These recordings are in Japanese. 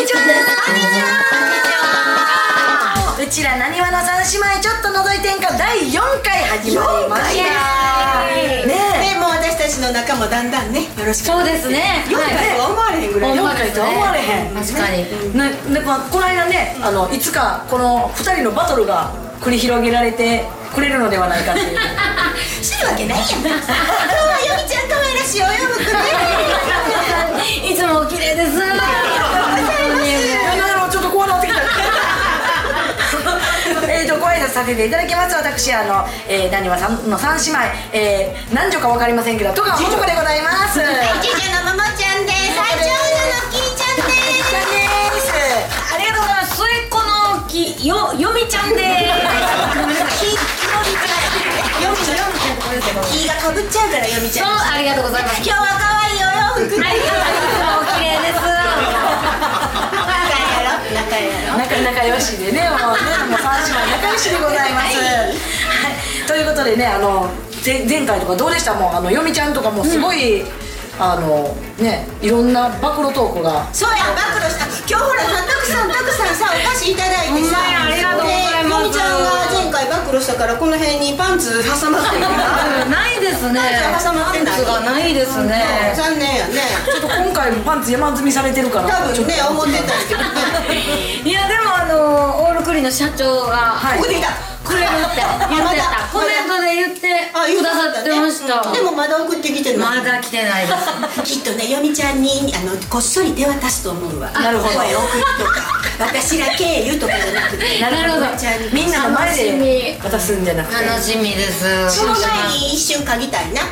ちゃんです。 こんにちは。 うちらなにわの三姉妹ちょっと覗いてんか第4回始まりましたね。もう私たちの仲もだんだんね、よろしく。 そうですね。 4回とは思われへんぐらい。 4回とは思われへん。 確かに。 でこの間ね、いつかこの2人のバトルが繰り広げられてくれるのではないかっていう知るわけないやん。今日はよみちゃん可愛らしいお洋服ね。 いつもお綺麗です。 ちょっと怖なってきたご挨拶させていただきます。私なにわさんの三姉妹、何女か分かりませんけど戸川もちこでございます。 次女のももちゃんです。長女のきーちゃんです。 ありがとうございます。末っ子のよみちゃんです。 きがかぶっちゃうからよみちゃん。 ありがとうございます。 今日は可愛いお洋服。 お綺麗です。 仲良しでね、もう三姉妹仲良しでございます。はい、ということでね、前回とかどうでした？もうよみちゃんとかもすごい、ね、いろんな暴露トークが。 そうや、暴露した。今日ほらたくさんさお菓子いただいてさ。 ありがとうございます。 よみちゃんが前回暴露したからこの辺にパンツ挟まってる。 ないですね。 挟まってない。 パンツがないですね。 残念やね。 ちょっと今回もパンツ山積みされてるから。 多分ね、思ってたんですけどね。 いやでもオールクリの社長がここで来た。 くれるって言ってた。コメントで言ってくださってました。 でもまだ送ってきてない。 まだ来てないです。 きっとね、よみちゃんにこっそり手渡すと思うわ。 なるほど。 声送りとか私ら経由とかじゃなくて。 なるほど。 みんなの前で渡すんじゃなくて。 楽しみです。 その前に一瞬嗅ぎたいな。あ、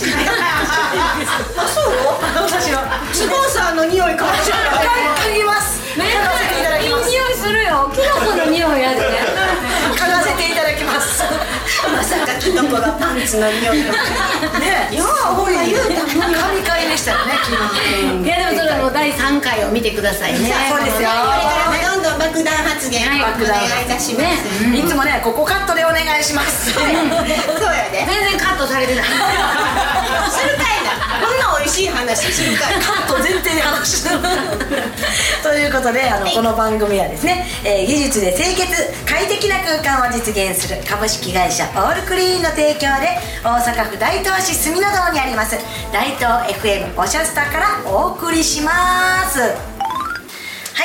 そう？ 私はスポンサーの匂い嗅ぎます。 めっちゃいい匂いするよ。キノコの匂いやでね。 嗅がせていただきます。 まさかキノコがパンツの匂いとかね。いやほら言うた神回でしたよね。 いやでもそれも第3回を見てくださいね。 そうですよ。これからもどんどん爆弾発言お願いいたします。 いつもね、ここカットでお願いします。そうやで。 全然カットされてない。 するかいな。こんな美味しい話するかい。 カット前提で話してる。ということでこの番組はですね、技術で清潔快適な空間を実現する株式会社オールクリーンの提供で大阪府大東市住の堂にあります大東 FM おしゃスタからお送りします。はい、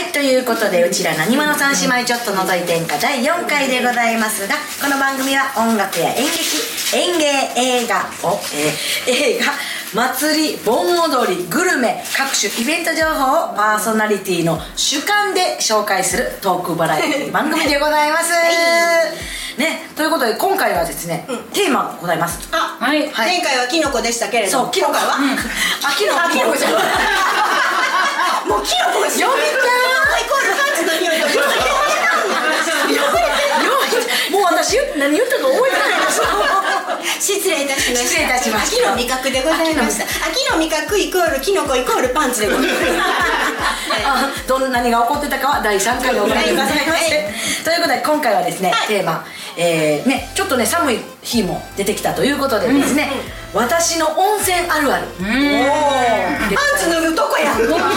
ということでうちらなにわの三姉妹ちょっと覗いてんか第4回でございますが、この番組は音楽や演劇、演芸、映画祭り、盆踊り、グルメ、各種イベント情報をパーソナリティの主観で紹介するトークバラエティ番組でございますね。ということで今回はですね、テーマがございます。 はい。 前回はキノコでしたけれども、 そう、キノコはキノコじゃないもうキノコですよ。イコールパンツの匂いともう私何言ったか覚えてないです。 失礼いたしました。 失礼いたしました。 秋の味覚でございました。秋の味覚イコールキノコイコールパンツでございます。 何が起こってたかは第3回のお話でございまして、ということで今回はですね、テーマね、ちょっとね寒い日も出てきたということでですね、私の温泉あるある。 パンツ脱ぐとこや。つながってる。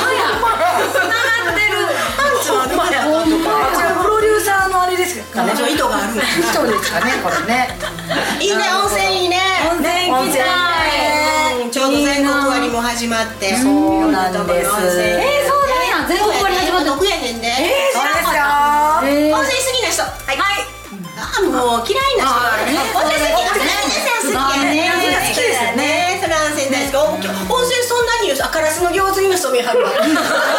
パンツ脱ぐとこや。 これプロデューサーのあれですかね。 意図がある。 意図ですかね、これね。 いいね、温泉いいね。 温泉行きたい。 ちょうど全国割も始まって。 そうなんです。 そうなんや。全国割始まった。 得やねんで。 そうですよ。 温泉好きな人。はい。あ、もう嫌いな人。温泉好きな人。好きやね。好きですよね。それ温泉大好き。温泉そんなにカラスの行水の人見はるわ。知ってる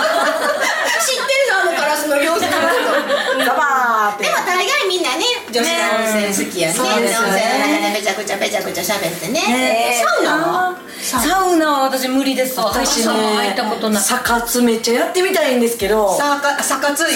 のカラスの行水の人。 ザバーって。 でも大概みんなね、女子が温泉好きやね。温泉の中でめちゃくちゃ喋ってね。 サウナは私無理です。 私ね、 入ったことない。 サ活めっちゃやってみたいんですけど。 サウナ活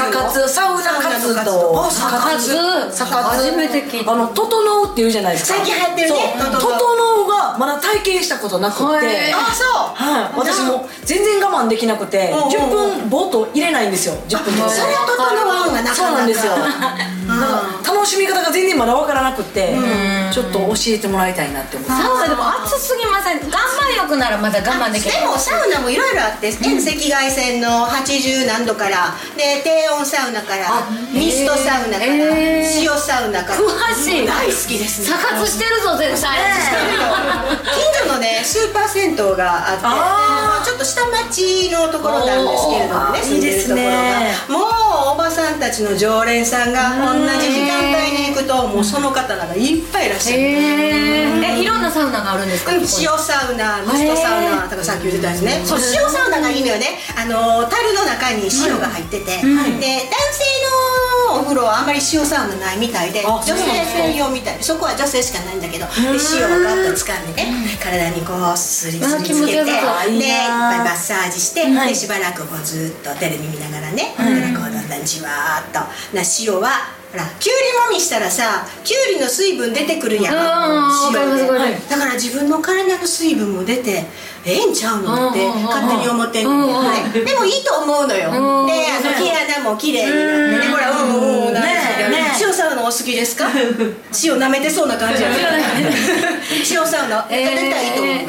動。 初めて聞いた。 整うって言うじゃないですか。 最近流行ってるね。 整うがまだ体験したことなくて。 あ、そう。 はい。私も全然我慢できなくて、10分ボート入れないんですよ。10分とか。 それは整わんがなかなか。 そうなんですよ。楽楽しみ方が全然まだ分からなくて、ちょっと教えてもらいたいなって思って。 サウナでも暑すぎません？岩盤浴ならまだ我慢できる。 でもサウナもいろいろあって、遠赤外線の80何度からで、低温サウナから、ミストサウナから、塩サウナから。 詳しい。 大好きですね。 サ活してるぞ絶対。 近所のねスーパー銭湯があって、ちょっと下町のところなんですけれどもね、住んでるところがもうおばさんたちの常連さんが同じ時間帯に行くともうその方がいっぱいいらっしゃる。 いろんなサウナがあるんですか？ 塩サウナ、ミストサウナとかさっき言ってたんですね。そう、塩サウナがいいのよね。樽の中に塩が入ってて、で男性のお風呂はあんまり塩サウナないみたいで、女性専用みたいで、そこは女性しかないんだけど、で塩をガッと掴んでね、体にこうすりつけて、でいっぱいマッサージして、でしばらくこうずっとテレビ見ながらね、こうだんだんじわーっと塩はほらきゅうりもみしたらさ、きゅうりの水分出てくるやん、塩で。だから自分の体の水分も出てええんちゃうのって勝手に思ってんのね。でもいいと思うのよ。で毛穴も綺麗になってね、ほらなんですけど、塩サウナお好きですか？塩舐めてそうな感じやね。塩サウナ絶対いいと思います。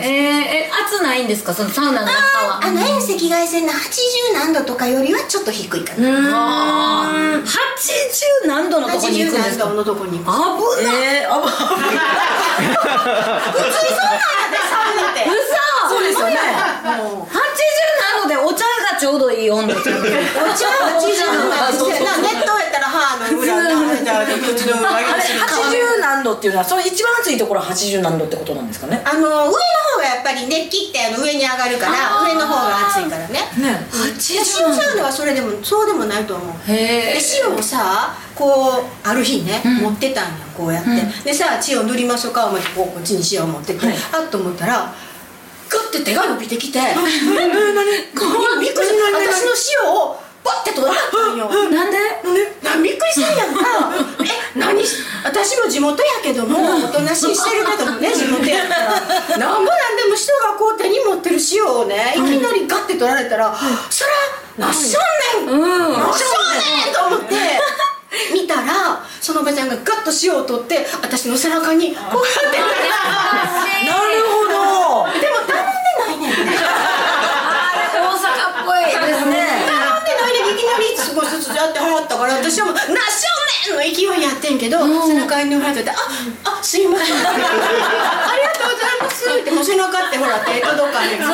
暑ないんですか、そのサウナの中は？ 遠赤外線の80何度とかよりはちょっと低いかな。 80何度のとこに行くんですか？ 80何度のとこに行く。 危ない。 普通にそうなんやで、サウナって。 嘘。 そうですよね。 80何度でお茶がちょうどいい温度。お茶は80何度。熱湯やったら歯の裏が口の裏が 80何度っていうのはその一番暑いところは80何度ってことなんですかね？ 上の方がやっぱり熱気って上に上がるから上の方が暑いからね。塩サウナはそれでもそうでもないと思う。で塩をさこうある日ね持ってたんや、こうやってでさ塩塗りましょうか思ってこっちに塩を持ってて、あっと思ったらグッて手が伸びてきて、びっくりした。私の塩をバッて取られたんよ。 なんで？ びっくりしたんやんか。私も地元やけどもおとなしいしてるけどもね、地元やからなんぼなんでも人がこう手に持ってる塩をねいきなりガッて取られたら、そらなっしょんねんなっしょんねんと思って見たら、そのおばちゃんがガッと塩を取って私の背中にこうやってなるほど。 でも頼んでないねんね。 大阪っぽいですね。 頼んでないでいきなり少しずつやってはったから、私はもうなっしょんねんの勢いやってんけど、背中に塗られてすいませんありがとうございますって、もう背中ってほら手届かへんから、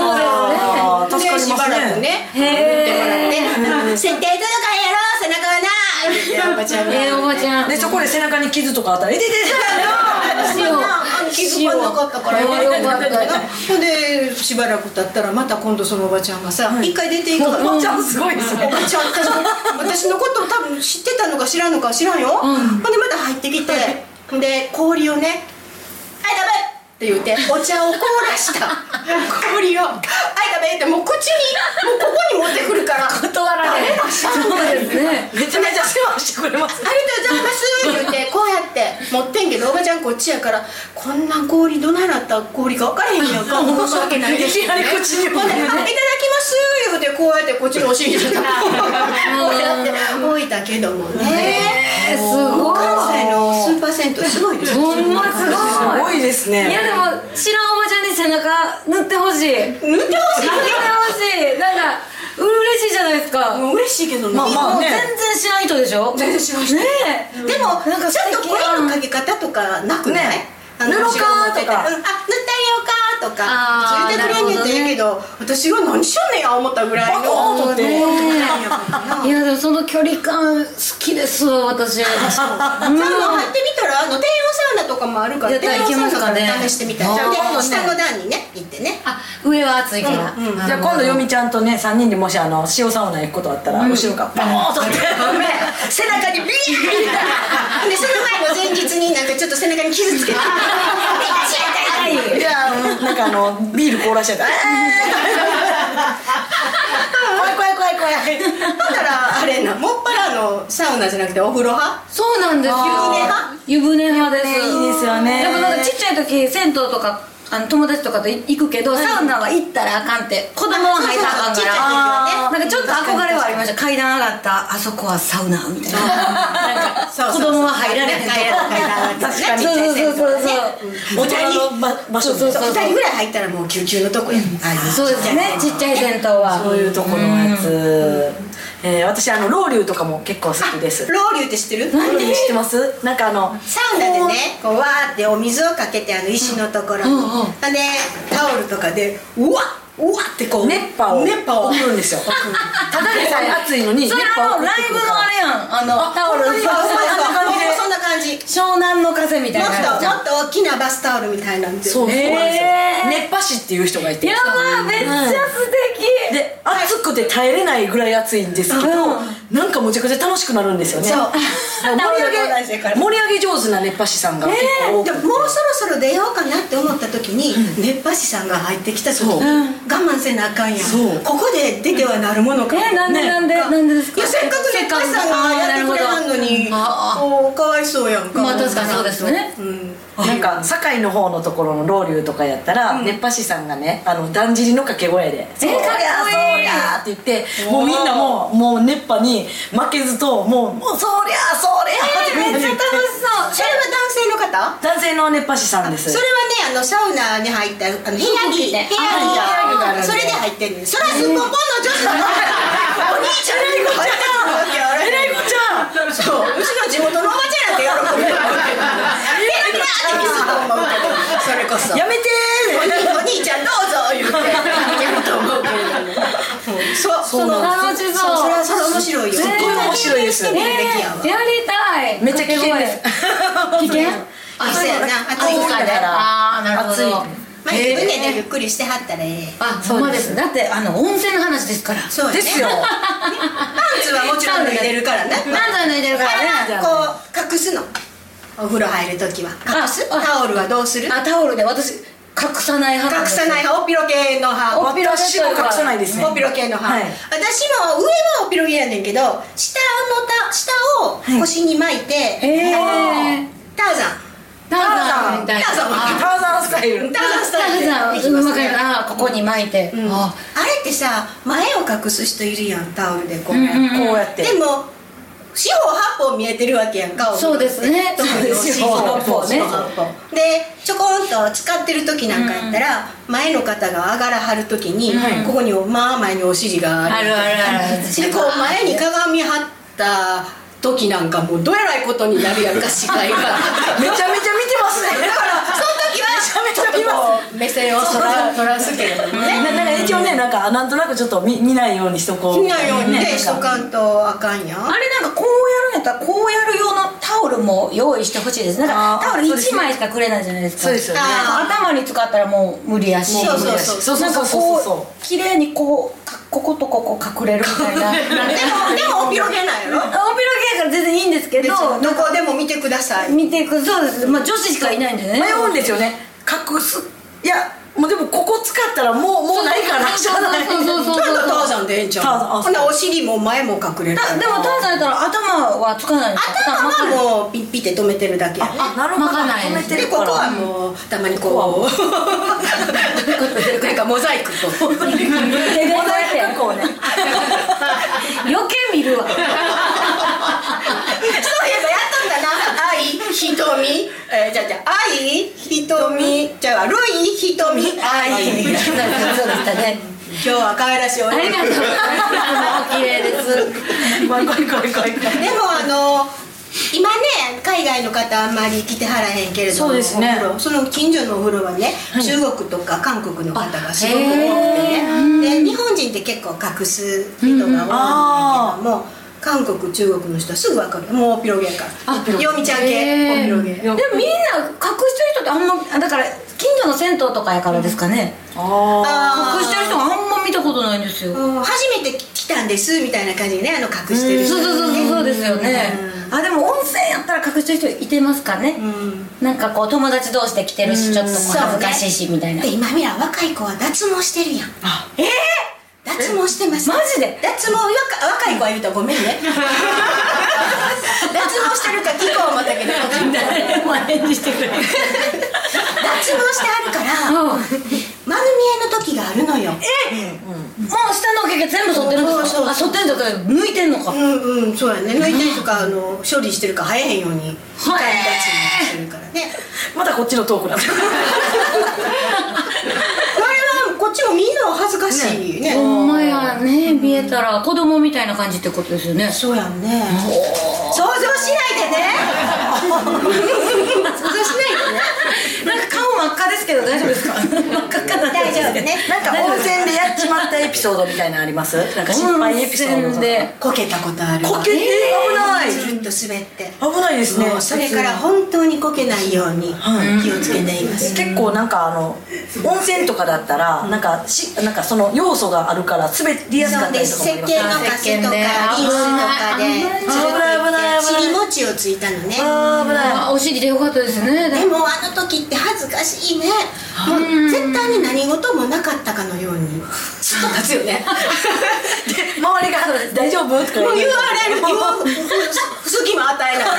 そうですね。でしばらくね塗ってもらって、手届かへんやろ背中はなおばちゃんがおばちゃんでそこで背中に傷とかあったら気づかなかったからほんでしばらく経ったらまた今度そのおばちゃんがさ一回出ていくから、 おばちゃんすごいですね。 おばちゃん私のことを多分知ってたのか知らんのか知らんよ。ほんでまた入ってきて、で氷をね「はいダメ!」って言ってお茶を凍らした氷を「はいダメ!」ってもう口にもうここに持ってくるから断られる。そうですね。 めちゃめちゃ世話してくれます。 ありがとうございます言ってこうやって持ってんけど、おばちゃんこっちやからこんな氷どないなった氷か分からへんやんか。申し訳ないですね。 口にもほんで「いただきます」言うてこうやってこっちのお尻にこうやって置いたけどもね。 すごい。 関西のスーパー銭湯すごいですね。 ほんますごいですね。 いやでも知らんおばちゃんに背中塗ってほしい。 塗ってほしい。 なんか嬉しいじゃないですか。 嬉しいけどね。 まあ全然知らん人でしょ。 全然知らん人。 ねえ。 でもちょっと声のかけ方とかなくない？ 塗ろうかとか、塗ってあげようかとか言ってくれんねんって言うけど、私が何しよんねんや思ったぐらいの。 いやでもその距離感好きですわ私。 入ってみたら低温サウナとかもあるから低温サウナから試してみたら、下の段にね行ってね。 上は暑いから。 じゃあ今度よみちゃんとね3人でもし塩サウナ行くことあったら、後ろからバーッと背中にビーッでその前の前日になんかちょっと背中に傷つけていやなんかビール凍らしちゃった怖いだからあれな、もっぱらサウナじゃなくてお風呂派？ そうなんですよ。湯船派です。 いいですよね。 でもなんかちっちゃい時銭湯とか友達とかと行くけど、サウナは行ったらあかんって、子供は入ったらあかんから、なんかちょっと憧れはありました。階段上がったあそこはサウナみたいな、なんか子供は入られへんとこ。 確かに。 そうお茶の場所 2人ぐらい入ったらもう救急のとこや。 そうですね、ちっちゃい銭湯はそういうところのやつ。私ロウリュとかも結構好きです。 ロウリュって知ってる？ ロウリュ知ってます？なんかサウナでね、こうわーってお水をかけて石のところに、でタオルとかでうわってこう熱波を送るんですよ。ただでさえ暑いのに熱波を送ってくるから。 ライブのあれやん、タオル、 そんな感じ。 湘南の風みたいな。 もっと大きなバスタオルみたいなんで。 そうなんですよ。熱波師っていう人がいて。 やばー、めっちゃ素敵。 で、暑くて耐えれないぐらい暑いんですけど、なんかむちゃくちゃ楽しくなるんですよね。 そう。 盛り上げ上手な熱波師さんが結構多くて。 もうそろそろ出ようかなって思った時に熱波師さんが入ってきた時に我慢せなあかんやん。ここで出てはなるものか。 なんでですか？ いや、せっかく熱波師さんがやってくれはんのにかわいそうやんか。 まあ確かにそうですね。 なんか堺の方のところのロウリュとかやったら熱波師さんがね、だんじりの掛け声で「そりゃそりゃ」って言って、もうみんなもう熱波に負けずともうそりゃそりゃってめっちゃ楽しそう。 それは男性の方？ 男性の熱波師さんです。 それはね、サウナに入った部屋着がそれで入ってるんです。それはすっぽんぽんの女子だお兄ちゃんに入ってるわけや。 えらいこちゃん。 そう、うちの地元のおばちゃんやって喜ぶ。それこそやめてー、お兄ちゃんどうぞ言ってやると思うけれども、そう楽しそう。 それ面白いよ。 すっごい面白いです。 やりたい。 めっちゃ危険です。 危険？ あ、そうやな、暑いから。 ああ、なるほど。 まあ、船でゆっくりしてはったらあ、そうです。だって温泉の話ですから。 そうですよ。 パンツはもちろん脱いでるからね。 パンツは脱いでるからね。 こう隠すの。お風呂入るときは隠す。タオルはどうする？ タオルで私隠さない派。 隠さない派。おっぴろ系の派。 私も隠さないですね。 おっぴろ系の派。私も上はおっぴろ系やねんけど、下を腰に巻いて、ターザンスタイル。 わかるな。ここに巻いて。 あれってさ、前を隠す人いるやん、タオルでこうやって。 でも四方八方見えてるわけやんか。 そうですね。 四方八方ね。でちょこんと使ってる時なんかやったら、前の方が上がらはる時にここに前にお尻がある。でこう前に鏡張った時なんかもうどえらいことになるやんか、視界が。 めちゃめちゃ見てますね。 だからその時はちょっとこう目線をそらすけれどもね。 なんか一応ね、なんとなくちょっと見ないようにしとこう。 見ないようにねしとかんとあかんやん。 あれなんかこうやるんやったらこうやる用のタオルも用意してほしいです。なんかタオル1枚しかくれないじゃないですか。 そうですよね。 頭に使ったらもう無理やし。 そうなんかこう綺麗にこことここ隠れるみたいな。 でもおぴろげなんやろ。 おぴろげやから全然いいんですけど、 どこでも見てください。 そうです。まあ女子しかいないんでね。 迷うんですよね。隠す。いやもうでもここ使ったらもうないから。 そうターザンでええんちゃう。ほなお尻も前も隠れる。 でもターザンやったら頭はつかないんですか？ 頭はもうピッピって止めてるだけ。 なるほど。 巻かない。 でここはもうたまにこうなんかモザイクと。 モザイクこうね。余計見るわ。 そういえばやったんだな。愛、瞳、愛、瞳、じゃあルイ、瞳、愛。 そうでしたね。 今日は可愛らしいおりがとうございます。綺麗です。 でも今ね、海外の方あんまり来てはらへんけれども、その近所のお風呂はね、中国とか韓国の方がすごく多くてね。で日本人って結構隠す人が多いんだけども、韓国中国の人はすぐ分かる。もうおぴろげやからヨミちゃん系おぴろげ。でもみんな隠してる人ってあんま、だから近所の銭湯とかやからですかね。隠してる人はあんま見たことないんですよ。 初めて来たんですみたいな感じでね、隠してる人。 そうですよね。でも温泉やったら隠してる人いてますかね。なんかこう友達同士で来てるし、ちょっと恥ずかしいしみたいな。 今見ら若い子は脱毛してるやん。脱毛してます。 マジで？ 脱毛若い子は言うたらごめんね。脱毛してるか聞こう思ったけど、 誰も返事してくれ。 脱脱毛してあるから丸見えの時があるのよ。 もう下の毛が全部剃ってるんですか？あ、剃ってるんじゃなくて抜いてんのか。 そうやね。抜いてるとか処理してるから生えへんように光立ちにしてるからね。 またこっちのトークなんですあれはこっちもみんな恥ずかしいね。 ほんまやね、見えたら子供みたいな感じってことですよね。 そうやんね。想像しないでね。想像しないでね。 なんか顔真っ赤ですけど大丈夫ですか？真っ赤っかな大丈夫ね。 なんか温泉でやっちまったエピソードみたいなのあります？なんか失敗エピソード温泉でこけたことある。 こけて危ない。 ずるっと滑って危ないですね。 それから本当にこけないように気をつけています。 結構なんか温泉とかだったらなんかその要素があるから滑りやすかったりとかもあります。 石鹸のカスとかリンスとかで危ない尻餅をついたのね。 危ない。 お尻でよかったですね。 でもあの時って恥ずかしいね。もう絶対に何事もなかったかのようにずっと立つよね。 で周りが「大丈夫?」とかもう言われる隙間与えない。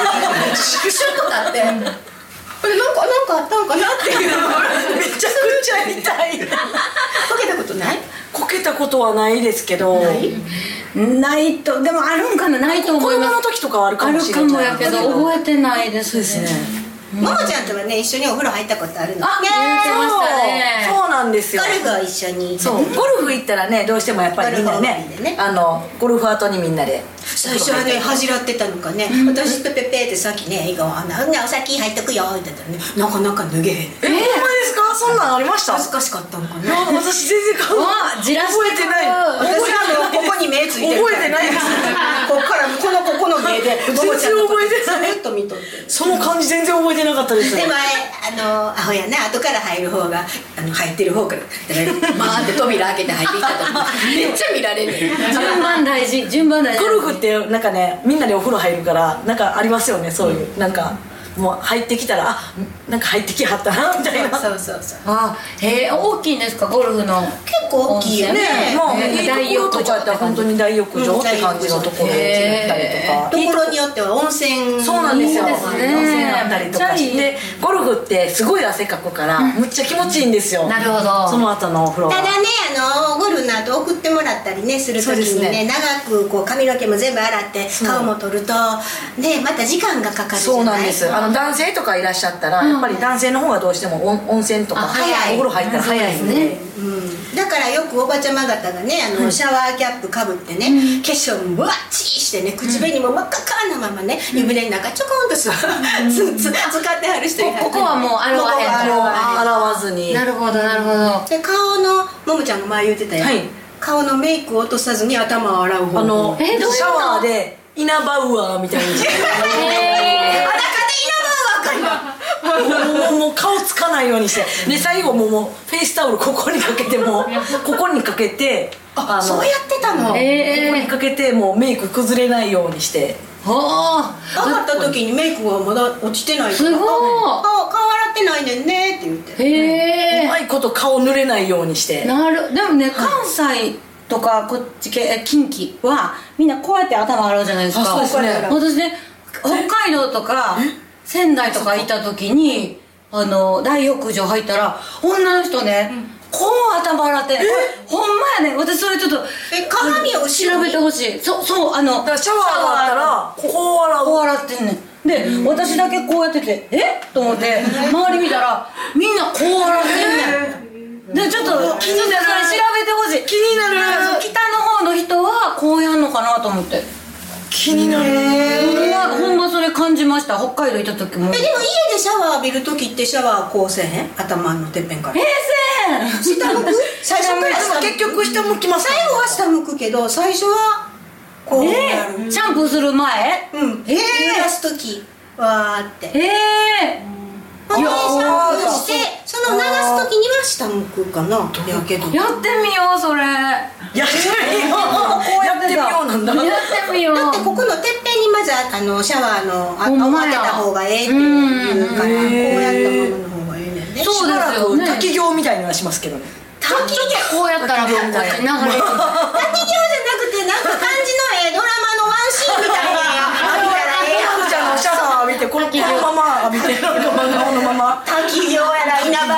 シュッと立って。なんかあったんかなっていう。 めちゃくちゃ痛い。 こけたことない？ こけたことはないですけど。 ないと、でもあるんかな、ないと思います。 子供の時とかはあるかもしれない。 あるかもやけど覚えてないですね。 ももちゃんとはね、一緒にお風呂入ったことあるの。 あ、言ってましたね。 そうなんですよ。 ゴルフを一緒に。 そう、ゴルフ行ったらね、どうしてもやっぱりみんなね、ゴルフ後にみんなで最初はね、恥じらってたのかね、私ペペペってさっきね、笑顔お先入っとくよって言ったらね、なかなか脱げへん。 ほんまですか？そんなんありました？ 恥ずかしかったのかね。 私全然じら覚えてない。 私はここに目ついてる。 覚えてないです。 こっからここの目で全然覚えてない。 ずっと見とって。 その感じ全然覚えてなかったです。 でもアホやね、後から入る方が入ってる方からマーって扉開けて入っていった時めっちゃ見られる。 順番大事、順番大事。 ゴルフってなんかね、みんなでお風呂入るからなんかありますよね、そういうなんかもう入ってきたらなんか入ってきはったなみたいな。 そうあ、大きいんですか、ゴルフの。 結構大きいよね。 まあいいところとかやったら本当に大浴場って感じのところで行ったりとか、 ところによっては温泉。 そうなんですよ。温泉ね、 あったりとかしてゴルフってすごい汗かくからむっちゃ気持ちいいんですよ。 なるほど。 その後のお風呂はただね、ゴルフの後送ってもらったりねする時にね、長くこう髪の毛も全部洗って顔も取るとね、また時間がかかるじゃない。 そうなんです。男性とかいらっしゃったらやっぱり男性の方がどうしても温泉とかお風呂入ったら早いんで、 だからよくおばちゃま方がね、シャワーキャップかぶってね、化粧もぶわっちーしてね、口紅も真っ赤っかなままね、湯船の中ちょこんと使ってはる人いはる。 ここはもう洗わへんと。 洗わずに。 なるほどなるほど。 で顔のももちゃんが前言ってたよ、顔のメイクを落とさずに頭を洗う方法。 シャワーでイナバウアーみたいにしてもう顔つかないようにしてで最後もうフェイスタオルここにかけてもここにかけてそうやってたの。 ここにかけてもうメイク崩れないようにして。 上がった時にメイクがまだ落ちてない。 すごい。 顔洗ってないねんねって言って。 うまいこと顔濡れないようにして。 でもね、関西とかこっち近畿はみんなこうやって頭洗うじゃないですか。 そうですね。 私ね、北海道とか仙台とか行った時に大浴場入ったら女の人ね、こう頭洗ってこれほんまやね。私それちょっと鏡を調べてほしい。そうだからシャワーがあったらこう洗ってんねん。で、私だけこうやっててと思って周り見たらみんなこう洗ってんねん。でちょっと気になる。調べてほしい。 気になる。 北の方の人はこうやんのかなと思って。 気になる。 ほんまそれ感じました。北海道行った時も。 でも家でシャワー浴びる時ってシャワーこうせえへん？頭のてっぺんから。下向く？最初からでも結局下向きます。 最後は下向くけど最初はこうやる。 シャンプーする前？ 濡らす時わーって。シャンプーしてその流す時には下向くかな。やけど。 やってみようそれ。 やってみようなんだ。 やってみよう。 だってここのてっぺんにまずシャワーの当てた方がええって言うから、こうやったままの方がええねんね。 そうですよね。 滝行みたいにはしますけどね。 ちょっとこうやったらこう流れる。滝行じゃなくてなんか感じのドラマのワンシーンみたいな浴びたらええやん。 シャワー浴びてこのまま浴びてこのまま滝行やら稲葉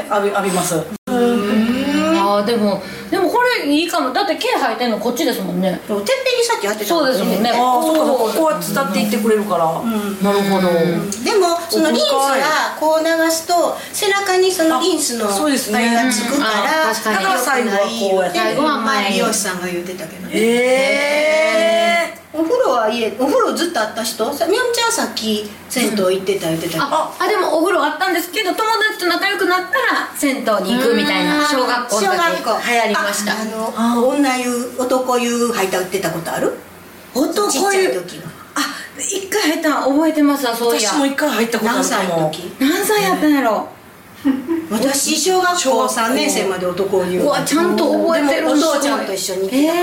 浴びます。 ああでもこれいいかも。だって毛生えてんのこっちですもんね。 てっぺんにさっき当てたそうですもんね。 ああそうかここは伝っていってくれるから。なるほど。 でもそのリンスがこう流すと背中にそのリンスのあれがつくから確かに。 だから最後はこうやって最後は前に美容師さんが言ってたけどね。お風呂ずっとあった人、みおんちゃんさっき銭湯行ってた言ってたけど、 でもお風呂あったんですけど、友達と仲良くなったら銭湯に行くみたいな。小学校の時流行りました。 女湯男湯入ってたことある？ 男湯ちっちゃい時は。 一回入ったの覚えてますわ。そういや私も一回入ったことあるかも。 何歳やったんやろ。 私小学校3年生まで男湯。 うわちゃんと覚えてる。 お父ちゃんと一緒に行ってたから。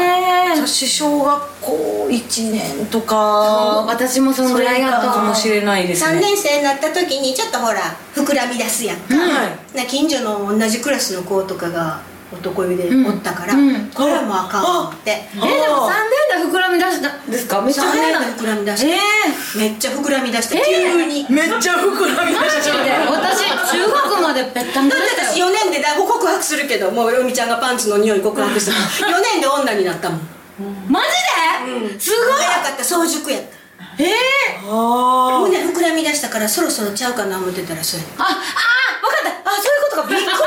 私小学校1年とか。 私もそのぐらいやったかもしれないですね。 3年生になった時にちょっとほら膨らみ出すやんか。近所の同じクラスの子とかが男湯でおったから、これはもうあかんって。 でも3年で膨らみ出したんですか？めっちゃ 3年で膨らみ出して、めっちゃ膨らみ出して急にめっちゃ膨らみ出して。 私中学までぺったんこでしたよ。 私4年でだいぶ告白するけど、もうよみちゃんがパンツの匂い告白した4年で女になったもん。 マジで？すごい早かった。早熟やった。胸膨らみ出したからそろそろちゃうかな思ってたらそうや。 分かった。そういうことか。びっくりした。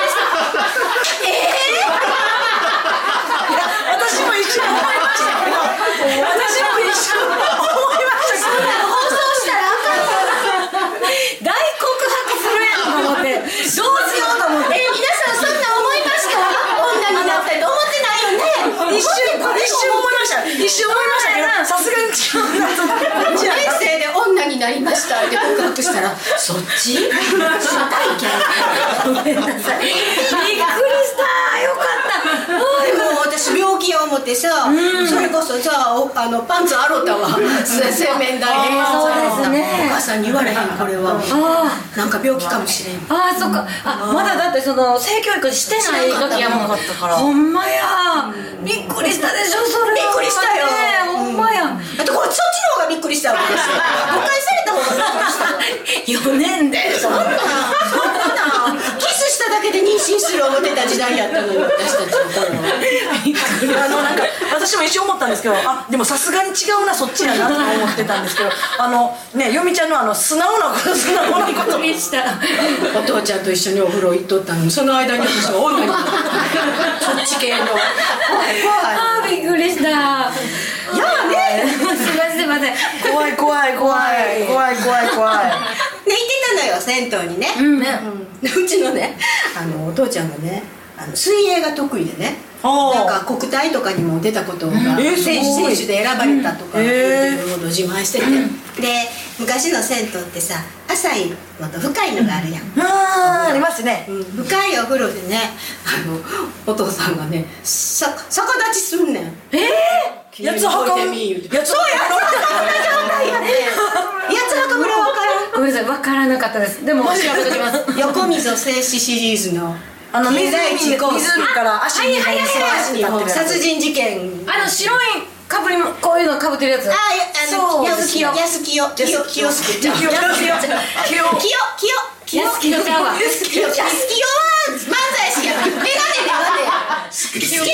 私も一瞬思いましたけど、私も一瞬思いましたけど、 放送したらあかん。 大告白するやんと思って、どうしようと思って。 皆さんそんな思いました？女になったりと思ってないよね。 一瞬思いましたけど、さすがに違うなと思って。 1年生で女になりましたって告白したらそっち？初体験。 ごめんなさい。びっくりした。よかった。 でも私病気や思ってさ、それこそさパンツ洗ったわ。洗面台でパンツ洗った。お母さんに言われへんこれは。なんか病気かもしれん。 そっか。まだだってその性教育してない時やもん。ほんまや。びっくりしたでしょそれ。 びっくりしたよ。 ほんまや。 あとそっちの方がびっくりしたわけですよ。誤解された方がびっくりした。 4年でそんなキスしただけで妊娠する思ってた時代やったのに私たちの頃は。 なんか私も一瞬思ったんですけど、でもさすがに違うなそっちやなと思ってたんですけど、よみちゃんの素直なことにした。 お父ちゃんと一緒にお風呂行っとったのにその間に私は女になった。そっち系の。怖い。 びっくりした。やね。 すいません。 怖い。ね行ってたのよ銭湯にね。うちのねお父ちゃんがね水泳が得意でね。なんか国体とかにも出たことが選手で選ばれたとかいうほど自慢してて、で昔の銭湯ってさ浅いのと深いのがあるやん。 ありますね。 深いお風呂でねお父さんがね逆立ちすんねん。 八つ墓村。 そう八つ墓村状態やね。八つ墓村分からん？ ごめんなさい分からなかったです。でも調べときます。 横溝静止シリーズの湖から足に殺人事件。 白いかぶりもこういうのかぶってるやつ。 安清介ちゃん。安清ちゃんは漫才師や。メガネスケキヨ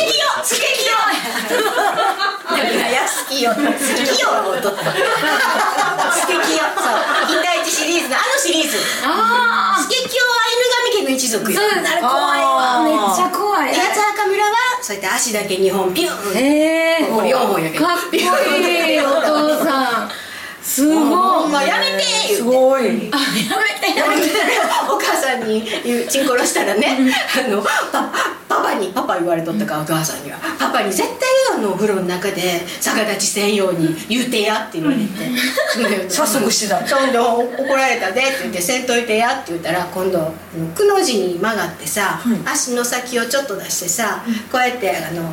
安清はもうとったスケキヨ。そう金田一シリーズのシリーズ。スケキヨは犬神家の一族や。 そうです。あれ怖いわ。めっちゃ怖い。 八つ墓村はそうやって足だけ2本ピュン。これ4本やけど。 かっこいいお父さん。すごい。 やめてすごい。 やめてお母さんにチンコロしたらねパパ言われとったからお母さんにはパパに絶対お風呂の中で逆立ちせんように言うてやって言われて早速してた。 そんで怒られたでって言ってせんといてやって言ったら今度くの字に曲がってさ足の先をちょっと出してさこうやってお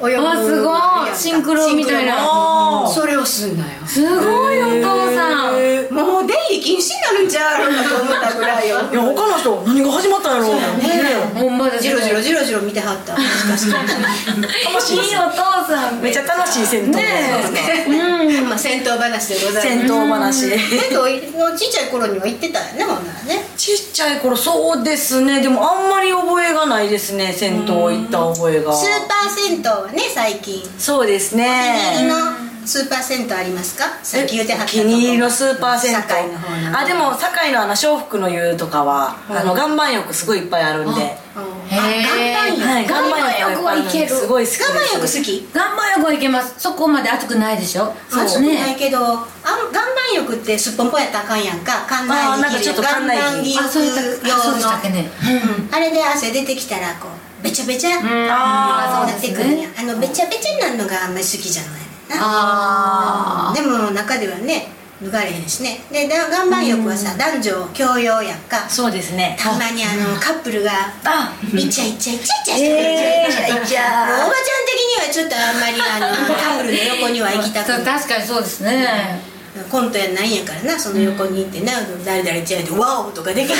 泳ぐあ、すごいシンクロみたいな。 それをすんのよ。 すごいお父さん。 もう出入り禁止になるんちゃうかと思ったぐらいよ。 いや他の人何が始まったんやろう。 ほんまですね。 ジロジロジロジロ見てはった。もしかしていいお父さん。 めっちゃ楽しい銭湯ですね。 まあ銭湯話でござい銭湯話。 銭湯のちっちゃい頃には行ってたよね、ほんならね。 ちっちゃい頃そうですね。でもあんまり覚えがないですね。銭湯行った覚えが。 スーパー銭湯はね、最近そうですお気に入りね。 のスーパー銭湯ありますか？さっき言ってはったお気に入りのスーパー銭湯。 堺の方のあ、でも堺の笑福の湯とかは岩盤浴すごいいっぱいあるんで。 へえ。 はい、岩盤浴はいける。すごい好きです。 岩盤浴好き？ 岩盤浴はいけます。そこまで熱くないでしょ。 暑くないけど、岩盤浴ってすっぽんぽんやったらあかんやんか。館内着着る岩盤浴あ、そうしたっけね。 あれで汗出てきたらこうべちゃべちゃああ、 なってくるんや。べちゃべちゃになるのがあんまり好きじゃないねんな。 あでも中ではね脱がれへんしね。で岩盤浴はさ、男女共用やんか。 そうですね。 たまにカップルがイチャイチャイチャイチャしてイチャおばちゃん的にはちょっとあんまりカップルの横には行きたくない。 確かにそうですね。 コントやないんやからな、その横に行ってな、誰々ちゃうでワオとかできる。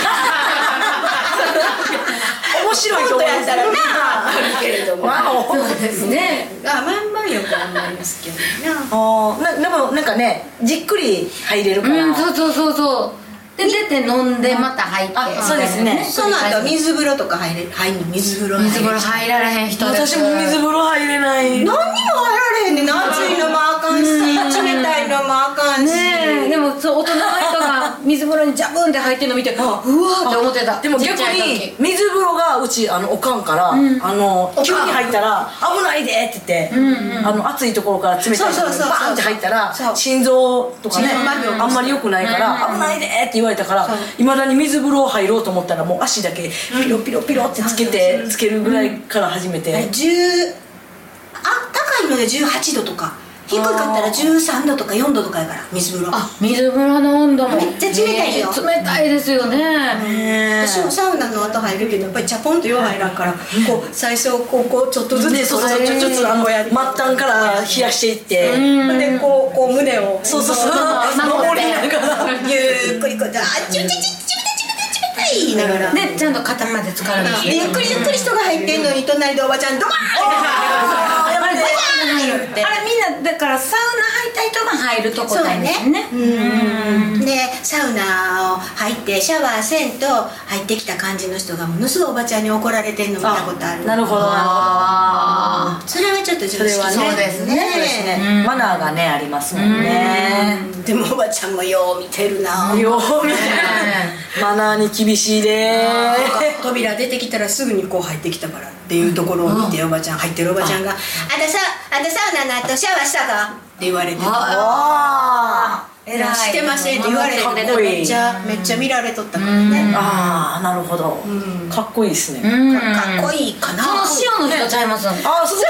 面白いコントやったらなあるけれども。 そうですね。 岩盤浴はあんまり好きやねんな。 でもなんかね、じっくり入れるかうん、 ら。 そうで出て飲んでまた入って。 あ、そうですね。 その後水風呂とか入んの？水風呂入られへん人です。 私も水風呂入れない。 何にも入られへんねん。暑いのもあかんし、冷たいのもあかんし。 ねえ、でもそう大人の人が水風呂にジャブンって入ってるの見て、うわーって思ってた。 でも逆に水風呂がうちおかんから急に入ったら危ないでって言って熱いところから冷たいところにバーンって入ったら心臓とかねあんまり良くないから危ないでって言われたから、いまだに水風呂入ろうと思ったらもう足だけピロピロピロってつけるぐらいから始めて。 高いので18度とか、低かったら13度とか4度とかやから水風呂。 水風呂の温度もめっちゃ冷たいよ。 冷たいですよね。 私もサウナの後入るけどやっぱりチャポンとよう入らんから、こう最初こうちょっとずつちょっと末端から冷やしていって、 でこう胸をそう守りながらゆっくりこうチュチュチュチュ言いながらでちゃんと肩まで浸かるんですね。 ゆっくり人が入ってんのに隣でおばちゃんドカーンってあれみんなだからサウナ入った人が入るとこなんですね。 でサウナを入ってシャワーせんと入ってきた感じの人がものすごいおばちゃんに怒られてんの見たことある。 なるほどなるほど。 それはちょっと常識そうですね。 マナーがねありますもんね。 でもおばちゃんもよう見てるな。 よう見てる。マナーに厳しいで。 扉出てきたらすぐにこう入ってきたからっていうところを見ておばちゃん入ってるおばちゃんが「あんたサウナの後シャワーしたか?」って言われて「してません」って言われてめっちゃ見られとったからね。 ああなるほど。かっこいいですね。 かっこいいかな。 その塩の人ちゃいます。 ああそう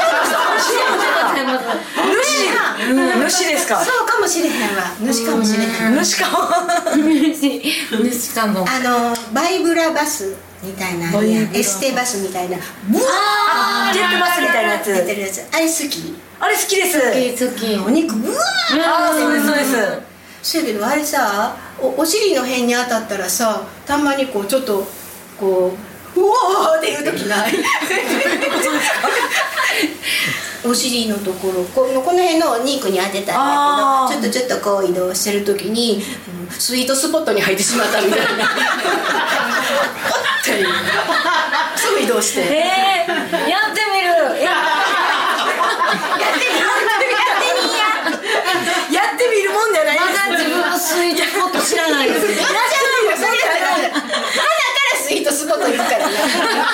主ですか。 そうかもしれへんわ。主かもしれへん。 主かも。 主かも。 バイブラバスみたいなエステバスみたいなジェットバスみたいなやつ。 あれ好き？ あれ好きです。 好き。 お肉ブワー。 ああそうですそうです。 そうやけどあれさお尻の辺に当たったらさたまにこうちょっとこううわーっていう時ない？お尻のところこの辺のお肉に当てたんだけどちょっとこう移動してる時にスイートスポットに入ってしまったみたいな。すぐ移動して。 やってみる。 やってみるもんじゃない。 まだ自分のスイートスポット知らないです。 鼻からスイートスポット行くからね。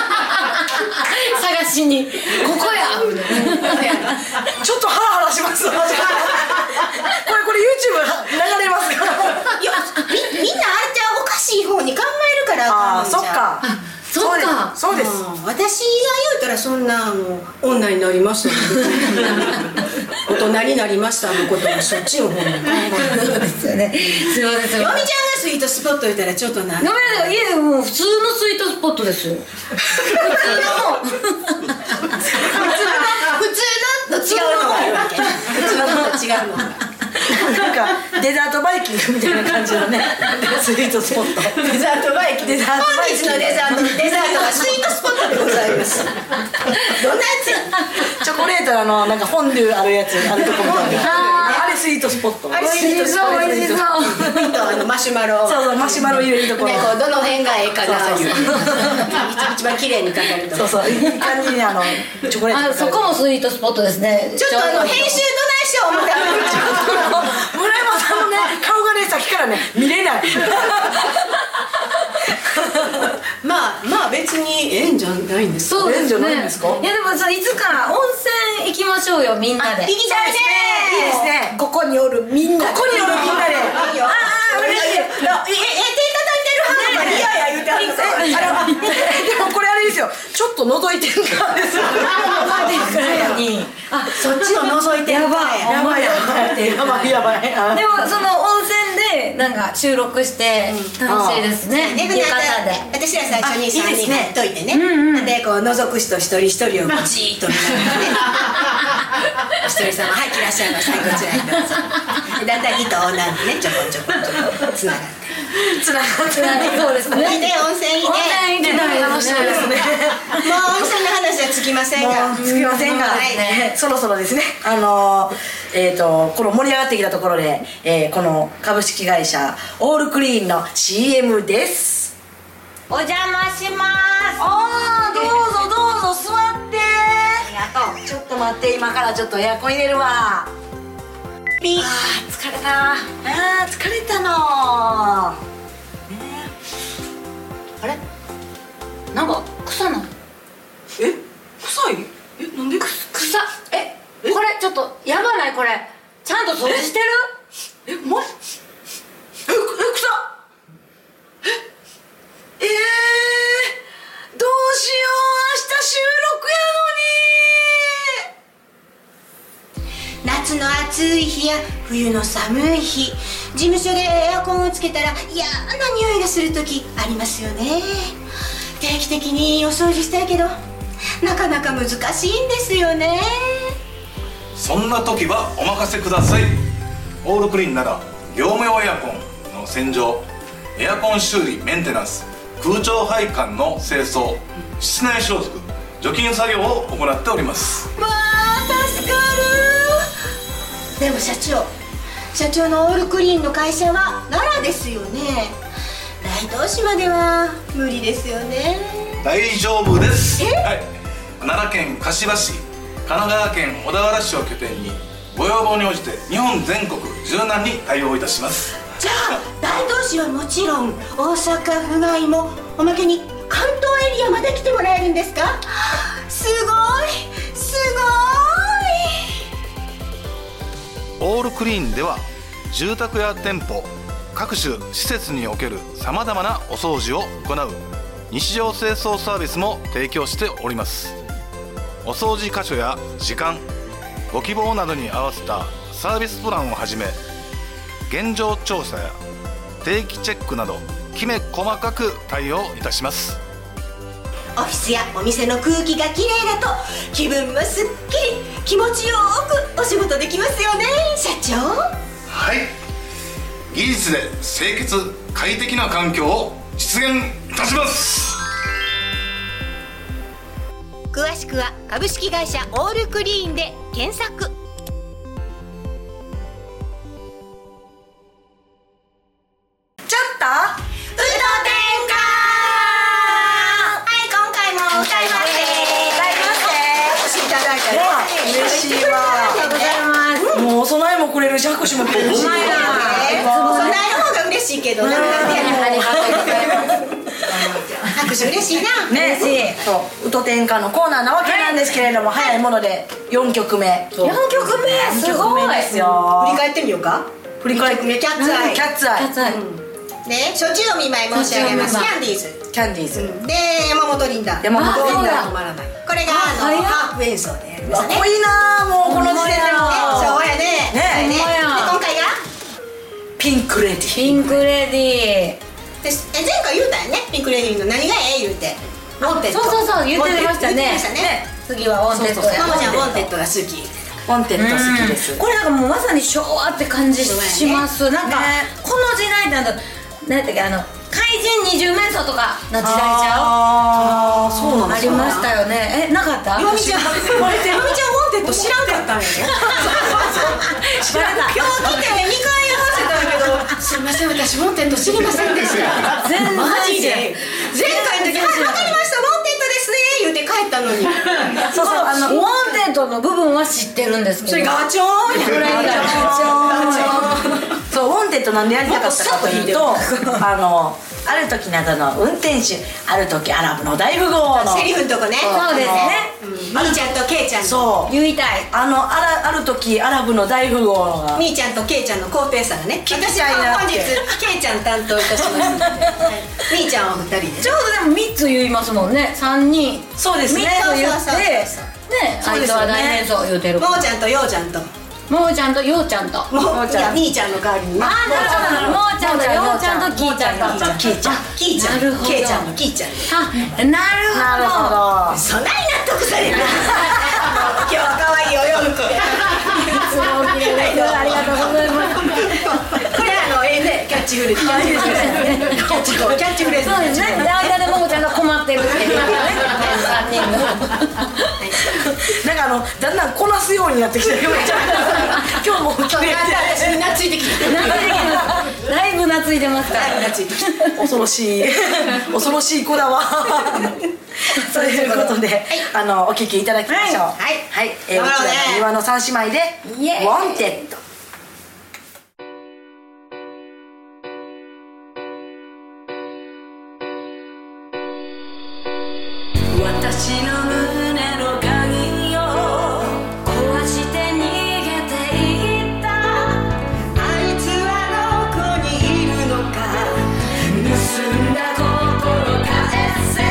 探しにここや。 ちょっとハラハラします。これ YouTube 流れますから。 いやみんなあれじゃおかしい方に考えるからあかんのじゃん。 そっか。 そうか。 そうです。 私が言うたらそんな女になりました大人になりましたのこともそっちの方にそうですよね。すいません。 ヨミちゃんがスイートスポット言ったらちょっとな。 いやもう普通のスイートスポットですよ。普通あるわけ。うちののと違うのが。 なんかデザートバイキングみたいな感じのねスイートスポット。 デザートバイキング。 デザートバイキング。 本日のデザートはスイートスポットでございます。どんなやつや。 チョコレートのなんかフォンデュあるやつあるとこみたいな。あれスイートスポット。 あれスイートスポット。 美味しそう。 とマシュマロ。 そうそう、マシュマロ入れるところ。 ね、こうどの辺がええかな。一番綺麗にかかると。 そうそう、いい感じにチョコレート。 そこもスイートスポットですね。 ちょっと編集どないしよう思って村山さんのね顔がねさっきからね見れない。 まあ別にええんじゃないんですか。 そうですね。 じゃないんですか。 いやでもさ、いつから温泉行きましょうよ、みんなで。 行きたいね。 いいですね。 ここにおるみんな。 ここにおるみんなで。 いいよ。 嬉しい。 手叩いてるハンバー嫌や言うてはるんですよ。 でもこれあれですよ。ちょっと覗いてるからです。 あ、そっちを覗いてるからや。 やばいやばいやばい。 でもその温泉でなんか収録して楽しいですね。 ね、 浴衣で。 私ら最初に3人入っといてね。でこう覗く人一人一人をじーっと見ながらね。お一人様はいいらっしゃいませ。こちらにどうぞ。だんだん糸をなんでねちょこちょこつながって。 つながってそうですね。 いいね、温泉いいね。 温泉行きたい楽しみですね。 もう温泉の話はつきませんが。 つきませんが、そろそろですね。この盛り上がってきたところで、この株式会社オールクリーンの CM です。 お邪魔します。 どうぞどうぞ座って。 ありがとう。 ちょっと待って、今からちょっとエアコン入れるわ。 ピー。 疲れた。疲れたの。 あれ？なんか草なの？ え、臭い？え、なんで？ 草。これちょっとやばない？これちゃんと掃除してる？ 草。どうしよう、明日収録やのに。 夏の暑い日や冬の寒い日、事務所でエアコンをつけたら嫌な匂いがする時ありますよね。定期的にお掃除したいけどなかなか難しいんですよね。 そんな時はお任せください。オールクリーンなら業務用エアコンの洗浄、エアコン修理メンテナンス、空調配管の清掃、室内消毒、除菌作業を行っております。 わあ助かる。でも社長のオールクリーンの会社は奈良ですよね。大東市までは無理ですよね。 大丈夫です。はい、奈良県柏市、神奈川県小田原市を拠点にご要望に応じて日本全国柔軟に対応いたします。 じゃあ大東市はもちろん大阪府外もおまけに関東エリアまで来てもらえるんですか？すごいすごい。オールクリーンでは住宅や店舗、各種施設におけるさまざまなお掃除を行う日常清掃サービスも提供しております。お掃除箇所や時間、ご希望などに合わせたサービスプランをはじめ、現状調査や定期チェックなどきめ細かく対応いたします。 オフィスやお店の空気がきれいだと気分もすっきり気持ちよくお仕事できますよね、社長。 はい、技術で清潔快適な環境を実現いたします。 詳しくは株式会社オールクリーンで検索。 ちょっとうど天下。はい、今回も歌いましてお越しいただいたら嬉しいわ。 ありがとうございます。 もうお供えもくれるし、拍手もくれるし。 そんなの方が嬉しいけどね。拍手嬉しいな。 ね、そう、うと天下のコーナーなわけなんですけれども、早いもので4曲目。 4曲目すごいですよ。 振り返ってみようか。 振り返ってキャッツアイ。 キャッツアイ。 ね、初中お見舞い申し上げます。キャンディーズ。 キャンディーズ。 で、山本リンダ。 山本リンダ。 止まらない。これがハーフ演奏でやりましたね。 かっこいいな、もうこの時点でも。 そうやね。 ね、 で今回がピンクレディ。 ピンクレディ。 前回言うたよね、ピンクレディーの何がええ言うて。ウォンテッド。 そう言ってましたね。次はウォンテッドや。 ママちゃんウォンテッドが好き。 ォンテッド好きです、 これなんかもうまさに昭和って感じします、なんかこの時代って何やったっけ、怪人20面相とかな時代ちゃう？ ああ、そうなんですか。 ありましたよね。なかった？ よみちゃん、ウォンテッド知らんかったんやね。 知らんかった。 今日来て2回言わせたんやけど、すいません、私ウォンテッド知りませんでした。 全然マジで前回の時、はい、わかりました、ウォンテッドですね言って帰ったのに。 そうそう、ウォンテッドの部分は知ってるんですけど、 それガチョーンや。 そう、ウォンテッドなんでやりたかったかというと、ある時などの運転手、ある時アラブの大富豪のセリフのとこね。 そうですね。 みーちゃんとけいちゃん。 そう言いたい。 ある時アラブの大富豪がみーちゃんとけいちゃんの高低差がね。私は本日けいちゃん担当いたしますので、みーちゃんは2人で。 ちょうどでも3つ言いますもんね。3人。 そうですね。 3つ言ってね、あいつは大変そう言うてる。 もーちゃんとようちゃんと。 もーちゃんとようちゃんと。 もういやみーちゃんの代わりに。 あ、なるほど。もーちゃんとようちゃんときーちゃんと。 きーちゃん、きーちゃん、 なるほど。 けいちゃんのきーちゃん。 あ、なるほど。 そんなに納得される。今日は可愛いお洋服。 いつもおきれいです。ありがとうございます。 これキャッチフレーズ。キャッチフレーズ。 そうですね。で、間でももちゃんが困ってるっていうね。3人の。 なんかだんだんこなすようになってきてる。今日も私に懐いてきた。 だいぶ懐いてますから。 懐いてきた。 恐ろしい子だわ。ということで、お聞きいただきましょう。はい、うちらの庭の3姉妹で「ウォンテッド」。私の胸の鍵を壊して逃げていった、 あいつはどこにいるのか、 盗んだ心返せ。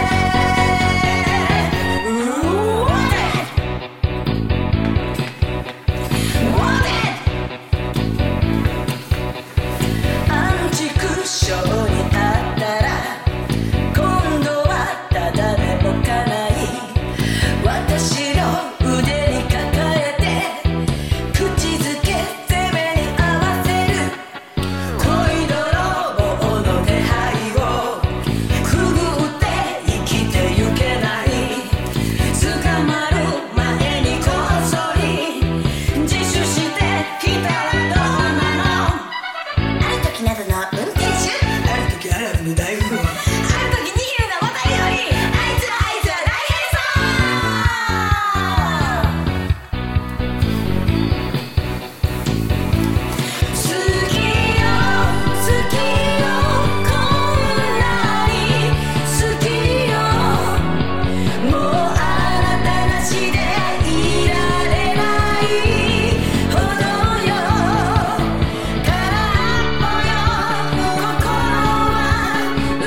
アンチクッションにあったら今度はただでおかない、私の腕に抱えて口づけ攻めに合わせる恋泥棒の手配をくぐって生きてゆけない、捕まる前にこっそり自首してきたらどうなの。ある時などの運転手、ある時アラブの大富豪、ある時ニヒルな渡り鳥、あいつは大変そう好きよ好きよ、こんなに好きよ、もうあなたなしでいられないほどよ、空っぽよ心は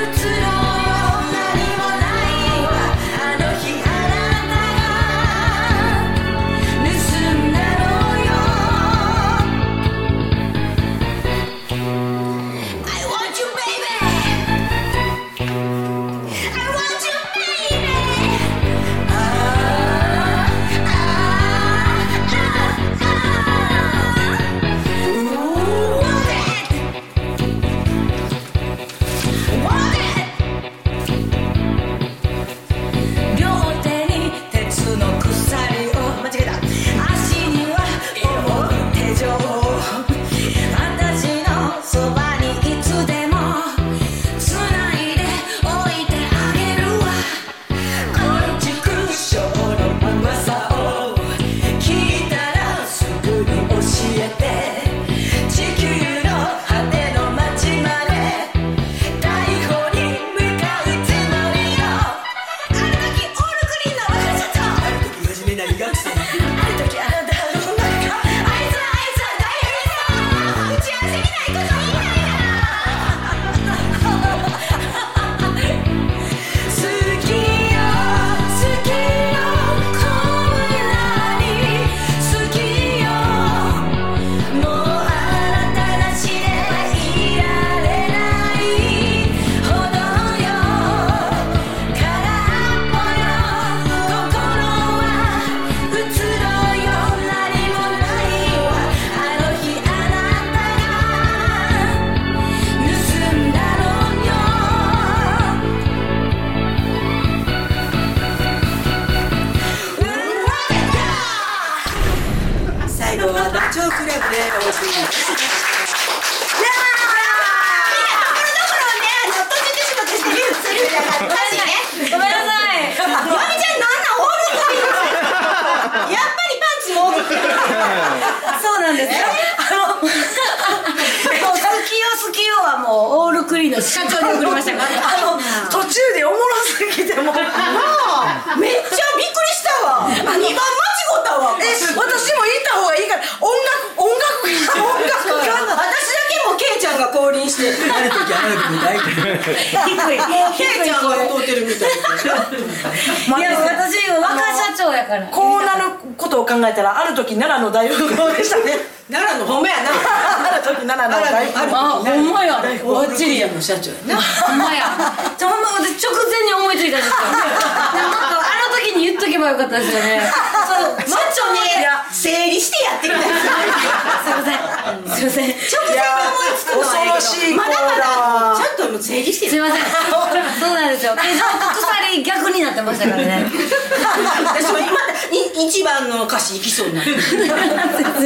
の社長に送りましたから途中でおもろすぎてもうめっちゃびっくりしたわ。2番間違ったわ。 私も行った方がいいから音楽私だけもケイちゃんが降臨してある時みたいなケイちゃんが歌ってるみたいいや私若社長やからこうなることを考えたらある時奈良の大富豪でしたね奈良のほんまやなある時奈良の大富豪ほんまやバッチリやの社長やなほんまやほんま私直前に思いついたんですよあの時に言っとけばよかったですよねそうマッチョね整理してやってくださいすいません直前に思いつくのは恐ろしい子だまだまだちゃんと整理してすいませんそうなんですよ鎖逆になってましたからね私も今一番の歌詞いきそうになるすいませんなんとか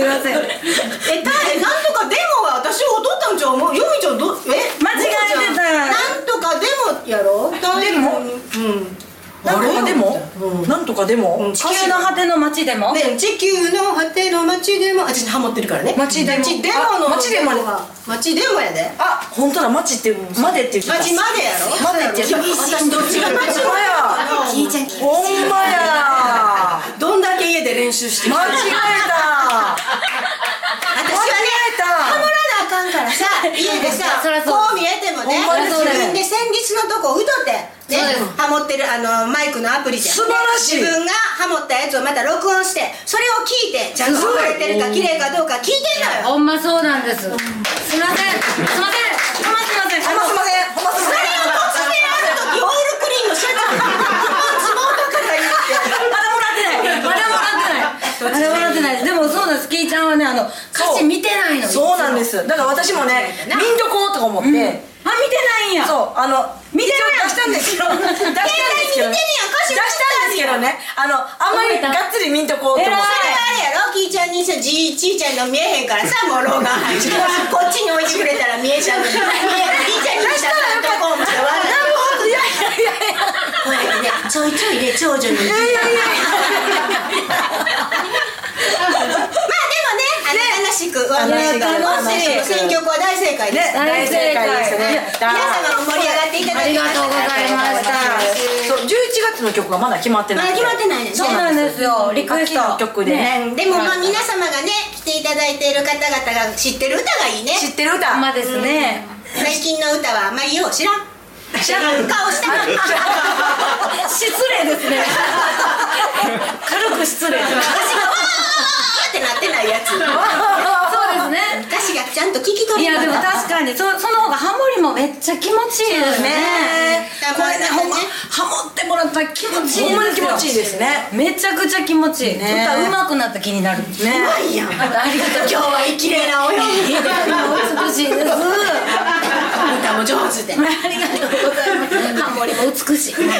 デモは私を踊ったんちゃうよみちゃん間違えてたなんとかデモやろでもなんとかでも地球の果ての街でもね地球の果ての街でも私ハモってるからね街でも街でもやであ本当だ街ってまでって言ってた街までやろまでって言ってた私どっちが街まや聞いちゃんほんまやどんだけ家で練習してきた間違えた私はねハモらなあかんからさ家でさそらそうこう見えてもねほんまにそうだよ自分で旋律のとこ歌ってねハモってるマイクのアプリで素晴らしい自分がハモったやつをまた録音してそれを聞いてちゃんとハモれてるか綺麗かどうか聞いてんのよほんまそうなんですすいませんすいませんほんますいませんほんますいませんほんますいませんそれを突然ある時オールクリーンの社長が地元から言ってまだもらってないでもそうなんですキーちゃんはね歌詞見てないのそうなんですだから私もね見んとこうとか思って見てないんやそう見て出したんですけどねあんまりがっつり見んとこうと思ってそれはあれやろキーちゃんにさちいちゃんの見えへんからさもう老眼入ってこっちに置いてくれたら見えちゃうのにキーちゃんに出したらよかこう思って笑ういやこうやってねちょいちょいね長女にまあでもね楽しく選曲は大正解です大正解ですね皆様も盛り上がっていただきましたありがとうございましたそう11月の曲がまだ決まってないまだ決まってないですそうなんですよリクエストの曲ででもまあ皆様がね来ていただいている方々が知ってる歌がいいね知ってる歌ほんまですね最近の歌はあまりよう知らん顔した失礼ですね軽く失礼私がわーってなってないやつそうですね歌詞がちゃんと聞き取れるいやでも確かにその方がハモリもめっちゃ気持ちいいですねこれねほんまハモってもらったら気持ちいいんですよほんまに気持ちいいですねめちゃくちゃ気持ちいいね歌うまくなった気になるねうまいやんありがとう今日は綺麗なお洋服美しいです歌も上手でありがとうございますハモリも美しいどない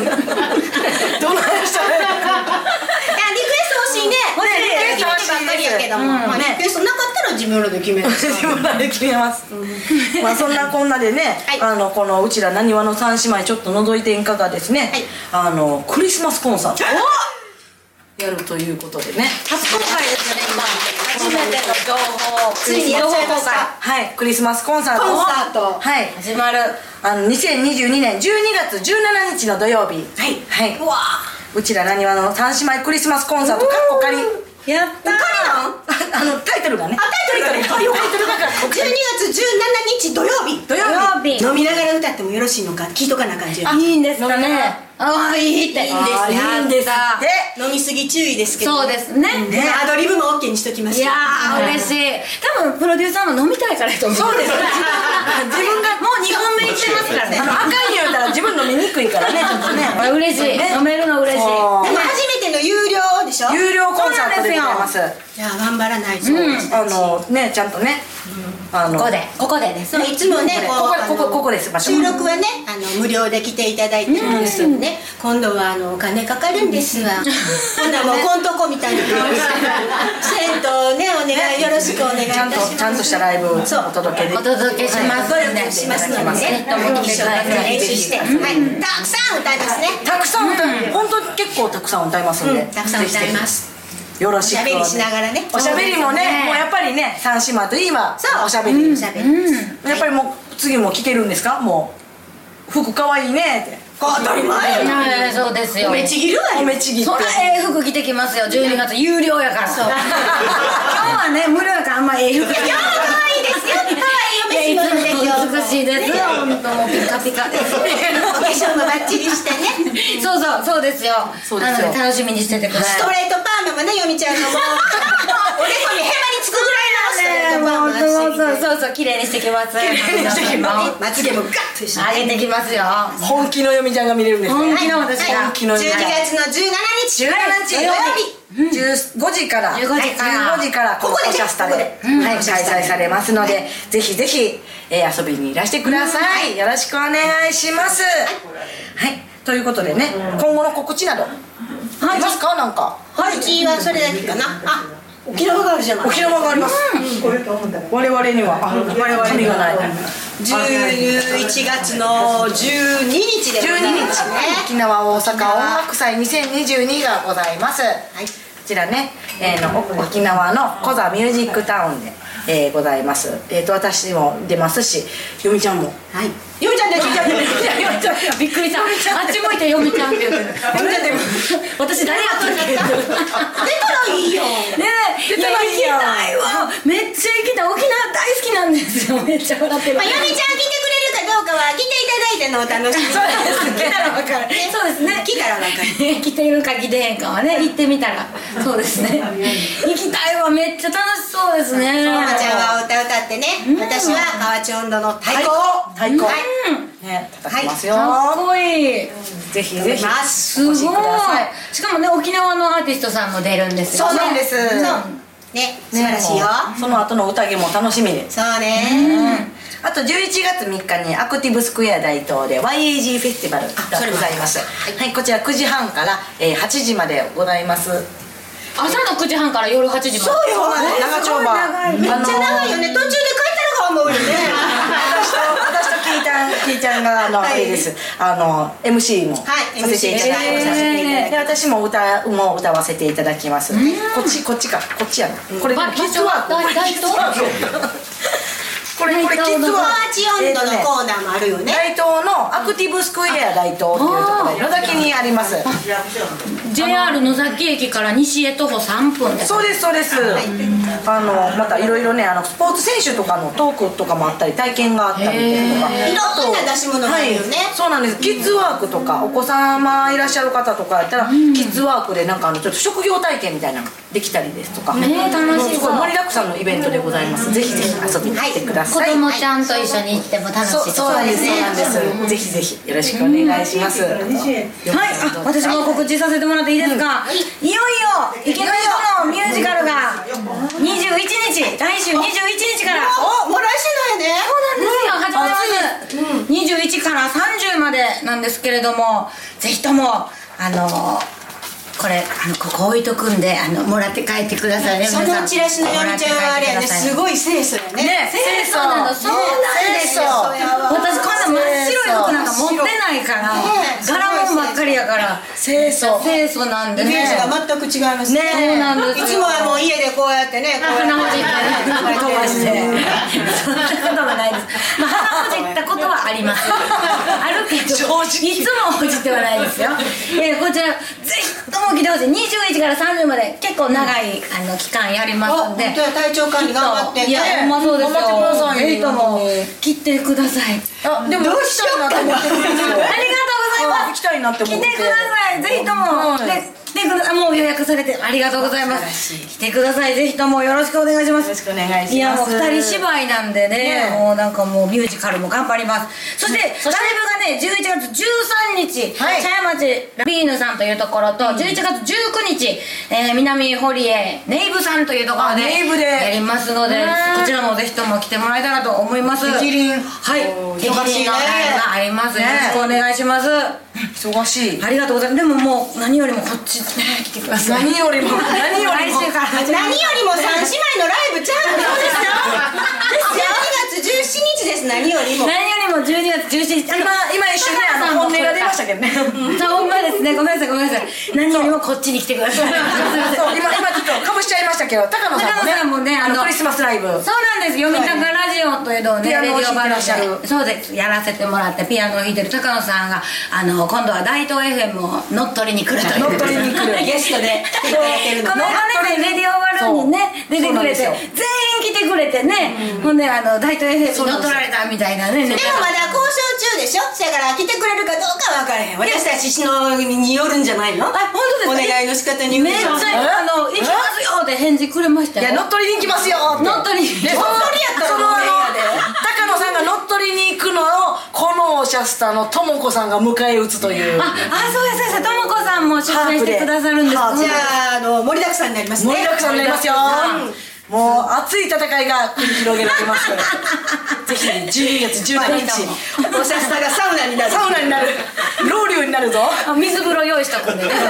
したねリクエスト欲しいねリクエスト欲しいばっかりやけどもまあリクエストなかったら自分らで決める自分らで決めますまあそんなこんなでねこのうちらなにわの三姉妹ちょっと覗いてんかがですねクリスマスコンサートやるということでね初公開ですよね今初めての情報ついにやっちゃいましたはいクリスマスコンサートはい始まる 2022年12月17日の土曜日はい、 うわうちらなにわの三姉妹クリスマスコンサートかっこかりやったータイトルがねタイトルが12月17日土曜日飲みながら歌ってもよろしいのか聞いとかなあかんじゃんいいんですかねああいいっていいんですいいんですで飲みすぎ注意ですけどそうですねアドリブも OK にしときますいやー嬉しい多分プロデューサーも飲みたいからと思うそうです自分がもう2本目いってますからねあかん言うたら自分飲みにくいからねちょっとね嬉しい飲めるの嬉しいでも初めての有料でしょ有料コンサートでございますいや頑張らないとねちゃんとねここでですいつもねここです収録はね無料で来ていただいてるんですけどね今度はお金かかるんですわ今度はもうこんとこみたいな銭湯ねお願いよろしくお願いいたしますちゃんとしたライブをお届けお届けします努力しますのでね一生懸命練習してたくさん歌いますねたくさん歌う本当に結構たくさん歌いますんでたくさん歌いますよろしくおしゃべりしながらねおしゃべりもねもうやっぱりね三姉妹といえばおしゃべりやっぱりもう次も着てるんですか？もう服かわいいねって当たり前や。 そうですよ。 おめちぎるわよ。 おめちぎってそら服着てきますよ。12月有料やから。今日はね無料やからあんま服。 今日は可愛いですよ。可愛いお召し物で今日美しいです。本当もうピカピカです。 お化粧もバッチリしてね。 そうですよ。 そうですよなので楽しみにしててください。 ストレートパーマもね、よみちゃんのもうおでこにへばりつくぐらいのストレートパーマそう綺麗にしてきます。 まつげもガッとして上げてきますよ。 本気のよみちゃんが見れるんですね。 本気の私が本気の 12月の17日土曜日 15時から 15時からここでシャスタで開催されますので、ぜひぜひ遊びにいらしてください。よろしくお願いします。はい、ということでね、今後の告知などありますか？なんかうちはそれだけかな。あ、沖縄があるじゃない。 沖縄があります。我々には紙がない。 11月の12日でござい 12 ますね。 日沖縄大阪音楽祭2022がございます。こちらね、沖縄のコザミュージックタウンで、ございます。私も出ますし、よみちゃんも。 はい。よみちゃんです。 びっくりした。あっち向いてよみちゃんって言うてる。私誰やったっけ？出たらいいよ。 ねえ、行きたいわ。めっちゃ行きたい。沖縄大好きなんですよ。めっちゃ笑ってる。 まあよみちゃん来てくれるかどうかは来ていただいてのお楽しみ。 そうです。来たらわかる。そうですね。 来たらわかる。 来てるか来てへんかはね、行ってみたら。そうですね。行きたいわ。めっちゃ楽しそうですね。 まちゃんはお歌歌ってね。私は河内音頭の太鼓。 太鼓。ね、叩きますよ。 かっこいい。 ぜひぜひすごい。しかもね、沖縄のアーティストさんも出るんですよ。 そうなんです。 ね、素晴らしいよ。 その後の宴も楽しみです。 そうね。 あと11月3日にアクティブスクエア大東で YAG フェスティバルがございます。はい、こちら9時半から8時までございます。 朝の9時半から夜8時まで。 そうよ。 長丁場。 めっちゃ長いよね。途中で帰ったのか思うよね。 私とキーちゃんがあれです。MC もさせていただきます。で、私も歌わせていただきます。こっちやな。これキッズワーク。これキッズワーク。 チ音頭のコーナーもあるよね。 大東のアクティブスクエア大東っていうところで野崎にあります。 JR 野崎駅から西へ徒歩3分です。 そうですそうです。またいろいろね、スポーツ選手とかのトークとかもあったり、体験があったりとか、 いろんな出し物があるよね。 そうなんです。キッズワークとかお子様いらっしゃる方とかやったら、キッズワークでなんかちょっと職業体験みたいなのができたりですとか、 楽しい。 すごい盛りだくさんのイベントでございます。ぜひぜひ遊びに来てください。 子供ちゃんと一緒に行っても楽しい。 そうなんです。そうなんです。ぜひぜひよろしくお願いします。はい。 私も告知させてもらっていいですか？いよいよ池田のミュージカルが21日、来週21日から。 もう来週なんやね。 そうなんですよ。始まります。21から30までなんですけれども、ぜひともこれここ置いとくんでもらって帰ってくださいね。 そのチラシのよみちゃんはあれやね、すごい清楚やね。 清楚なの。そうなんですよ。私こんな真っ白い服なんか持ってないから、柄もんばっかりやから清楚なんでね。 イメージが全く違いますね。 そうなんですよ。 いつもはもう家でこうやってね、 鼻ほじって飛ばして、そんなことはないです。鼻ほじったことはありますあるけど、いつもほじってはないですよ。こちらぜひとも来てほしい。21から30まで結構長い期間やりますんで、 体調管理頑張って。 いや、ほんまそうですよ。ぜひとも来てください。 でもどうしようかと思ってるんですよ。 ありがとうございます。 行きたいなって思って。 来てください。ぜひとも。もう予約されてありがとうございます。来てください。ぜひともよろしくお願いします。 よろしくお願いします。 いや、もう2人芝居なんでね、もうなんかもうミュージカルも頑張ります。そしてライブがね、11月13日、茶屋町ラビーヌさんというところと、11月19日、南堀江ネイブさんというところでやりますので、こちらもぜひとも来てもらえたらと思います。 激輪。 はい。激輪のライブがあります。よろしくお願いします。 忙しい。 ありがとうございます。でももう何よりもこっちね、来てください。 何よりも来週から何よりも3姉妹のライブちゃうんですよ。12月17日です。何よりも 12月17日。 今一瞬ね本音が出ましたけどね。 ほんまですね、ごめんなさい何よりもこっちに来てください。 そう今ちょっとかぶしちゃいましたけど、高野さんもねクリスマスライブ、 そうなんです、読みたかラジオというのをね、レディオバルでそうですやらせてもらって、ピアノを弾いてる高野さんが今度は大東 FM を乗っ取りに来るという、 乗っ取りに来るゲストで来てくれてるの。 この間ねレディオバルにね出てくれて、全員来てくれてね、ほんで大東 FM に乗っ取られたみたいなね。 でもまだ交渉中でしょ。だから来てくれるかどうかは分からへん。私たちのによるんじゃないの。 本当ですか。 お願いの仕方にめっちゃ行きますよって返事くれましたよ。 いや乗っ取りに行きますよって。 乗っ取りにでその高野さんが乗っ取りに行くのをこのシャスタのともこさんが迎え撃つという。 そうですともこさんも出演してくださるんです。 じゃあ盛りだくさんになりますね。 盛りだくさんになりますよ。もう熱い戦いが繰り広げられます。ぜひ12月17日おしゃスタがサウナになる。 ロウリュになるぞ。 水風呂用意しとくんでね。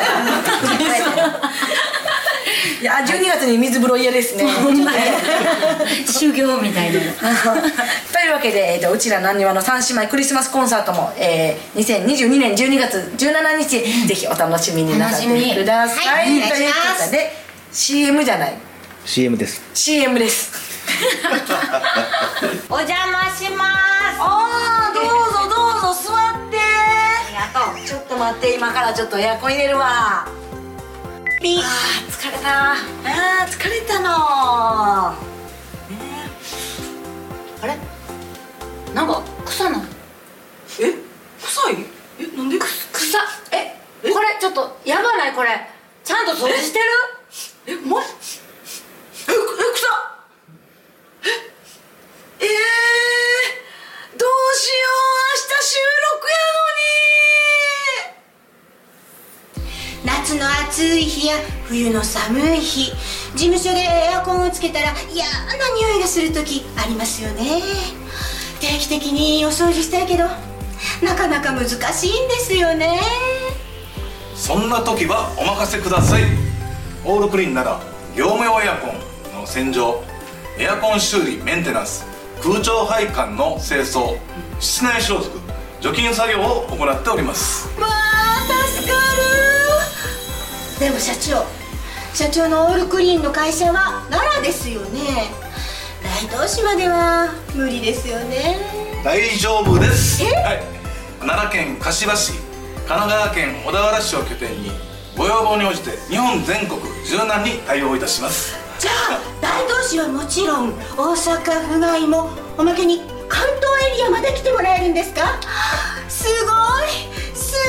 いや12月に水風呂嫌ですね。 ほんまに修行みたいな。 というわけでうちらなにわの三姉妹クリスマスコンサートも2022年12月17日ぜひお楽しみになさってください。ということで CM じゃない CM です。 CM です。 お邪魔します。 どうぞ座って。 ありがとう。 ちょっと待って、今からちょっとエアコン入れるわ。疲れた。疲れたの。 あれなんか草な。 臭い？なんで？ 草。これちょっとやばない？これちゃんと掃除してる？ マジ？草。どうしよう、明日収録やのに。 夏の暑い日や冬の寒い日、事務所でエアコンをつけたら嫌な匂いがする時ありますよね。定期的にお掃除したいけどなかなか難しいんですよね。 そんな時はお任せください。オールクリーンなら業務用エアコンの洗浄、エアコン修理メンテナンス、空調配管の清掃、室内消毒、除菌作業を行っております。 わあ助かる。でも社長のオールクリーンの会社は奈良ですよね。大東市までは無理ですよね。 大丈夫です。はい、奈良県柏市、神奈川県小田原市を拠点にご要望に応じて日本全国柔軟に対応いたします。 じゃあ大東市はもちろん大阪府外もおまけに関東エリアまで来てもらえるんですか？すごい。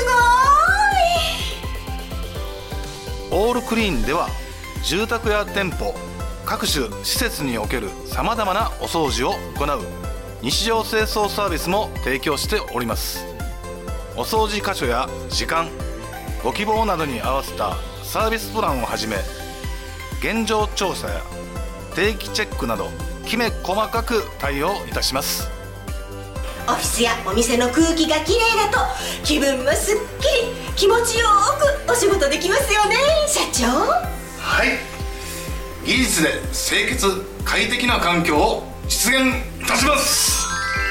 オールクリーンでは住宅や店舗、各種施設におけるさまざまなお掃除を行う日常清掃サービスも提供しております。お掃除箇所や時間、ご希望などに合わせたサービスプランをはじめ、現状調査や定期チェックなどきめ細かく対応いたします。 オフィスやお店の空気がきれいだと気分もすっきり気持ちよくお仕事できますよね、社長。 はい、技術で清潔快適な環境を実現いたします。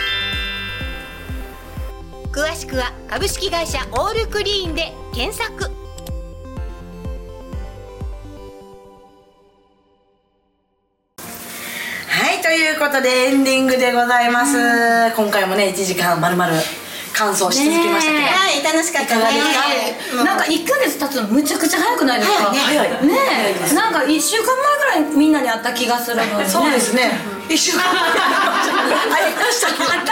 詳しくは株式会社オールクリーンで検索。 はいということでエンディングでございます。今回もね1時間まるまる感想し続けましたけど、 はい、楽しかったね。 なんか1ヶ月経つのむちゃくちゃ早くないですか？ 早いねえ、なんか1週間前ぐらいみんなに会った気がするので、ね、 そうですね。1週間前会いましたけど、 ゲス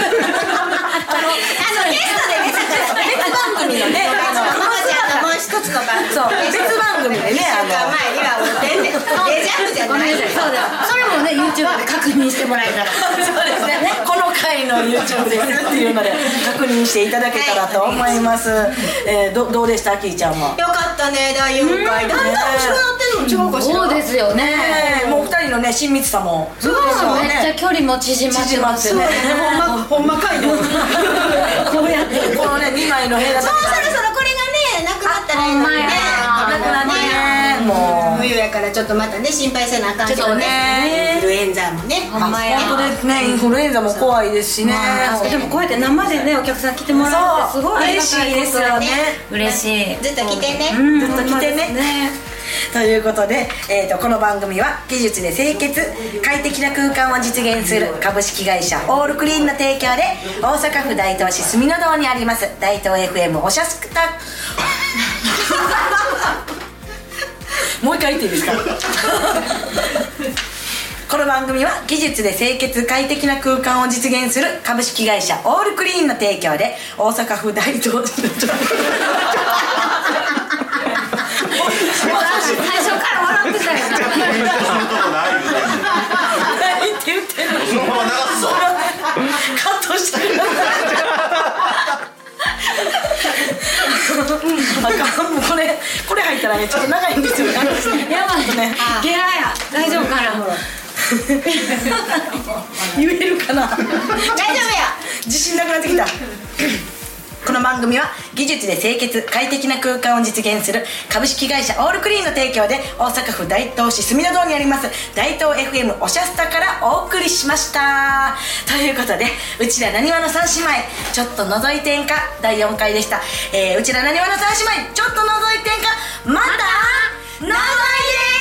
トでね、 別番組のね、 ママちゃんのもう一つの番組、 そう別番組でね、 1週間前には全然デジャブじゃない。 そうだ、それもね YouTube で確認してもらえたらそうですね、この回の YouTube ですっていうので確認していただけたらと思います。どうでした、キーちゃんは？ よかったね、第4回だんだん面白くなってるのちゃうかしら。 そうですよね。 もう2人のね親密さもそうめっちゃ距離も縮まってますね。 ほんまかいの。 こうやってこのね2枚の部屋だもうそろそろこれがねなくなったらいいのにね。 なくなってね、もう冬ややからちょっとまたね心配せなあかんけどね、インフルエンザもね、 ほんまや。 本当ですね、インフルエンザも怖いですしね。 でもこうやって生でねお客さん来てもらうってすごいありがたいことだね。嬉しい。 ずっと来てね、 ずっと来てね。ということで、この番組は技術で清潔快適な空間を実現する株式会社オールクリーンの提供で大阪府大東市住の堂にあります大東 FM おしゃすくたもう一回言っていいですかこの番組は技術で清潔快適な空間を実現する株式会社オールクリーンの提供で大阪府大東市最初から笑ってたよな。 何って言ってんの。 そのまま流すぞ。 カットしてください。あかん、もうこれ入ったらねちょっと長いんですよ。 やばいね。ゲラや。大丈夫かな。 言えるかな。 大丈夫や。 自信なくなってきた。この番組は技術で清潔快適な空間を実現する株式会社オールクリーンの提供で大阪府大東市住の堂にあります大東 FM おしゃスタからお送りしました。ということでうちらなにわの三姉妹ちょっと覗いてんか第4回でした。うちらなにわの三姉妹ちょっと覗いてんかまた覗いて